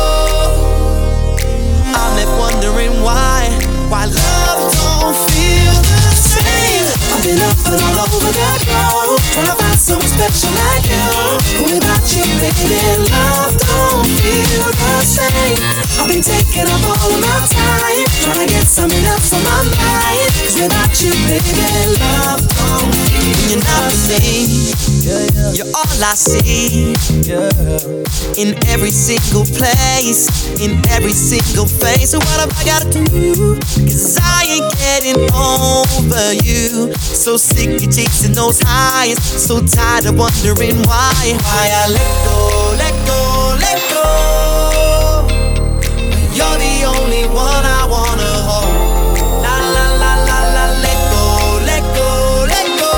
I'm left wondering why love don't feel the same. I've been up and all over the globe, trying to find someone special like you. Without you, baby, love don't feel the same. I've been taking up all of my time, trying to get something else on my mind. 'Cause without you, baby, love don't feel. When you're not with me, you're all I see. In every single place, in every single face. So what have I gotta do? 'Cause I ain't getting over you. So sick of chasing those highs, so tired of wondering why I let go, let go, let go. You're the only one I wanna hold. La la la la la, let go, let go, let go.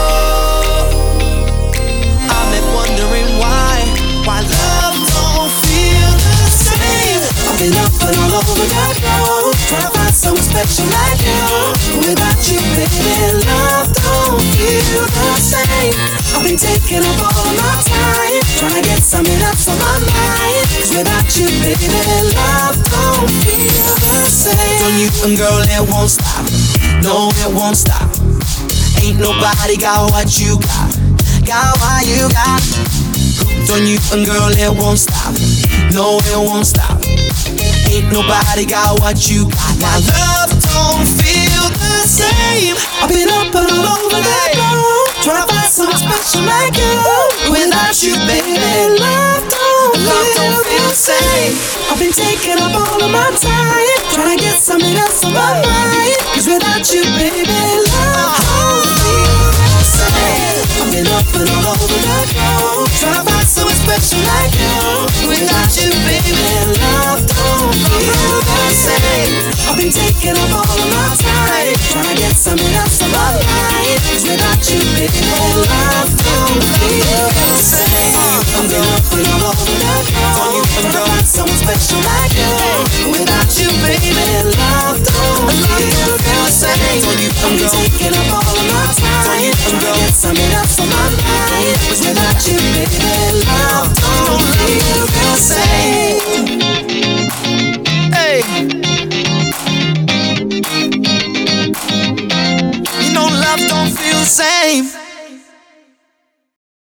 I'm left wondering why love don't feel the same. I've been up and all over the globe, trying to find someone special like you. Without you, baby, love don't feel the same. I've been taking up all of my time, trying to get something else on my mind. 'Cause without you, baby, love don't feel the same. On you and girl, it won't stop. No, it won't stop. Ain't nobody got what you got what you got. Hooked on you and girl, it won't stop. No, it won't stop. Ain't nobody got what you got. Now love don't feel the same. I've been up and all over the globe, trying to find someone special like you. Without you, baby, love don't feel the same. I've been taking up all of my time, trying to get something else on my mind. 'Cause without you, baby, love don't feel the same. I've been up and all over the globe, trying to find someone special like you. Without you, baby, love don't feel the same. I've been taking up all of my time, trying to get something else on my mind. 'Cause without you, baby, love don't feel the same. I've been up and all over the globe, trying to find someone special like you. Without you, baby, love don't feel the same. I've been taking up all of my time, trying to get something else on my mind. 'Cause without you, baby, love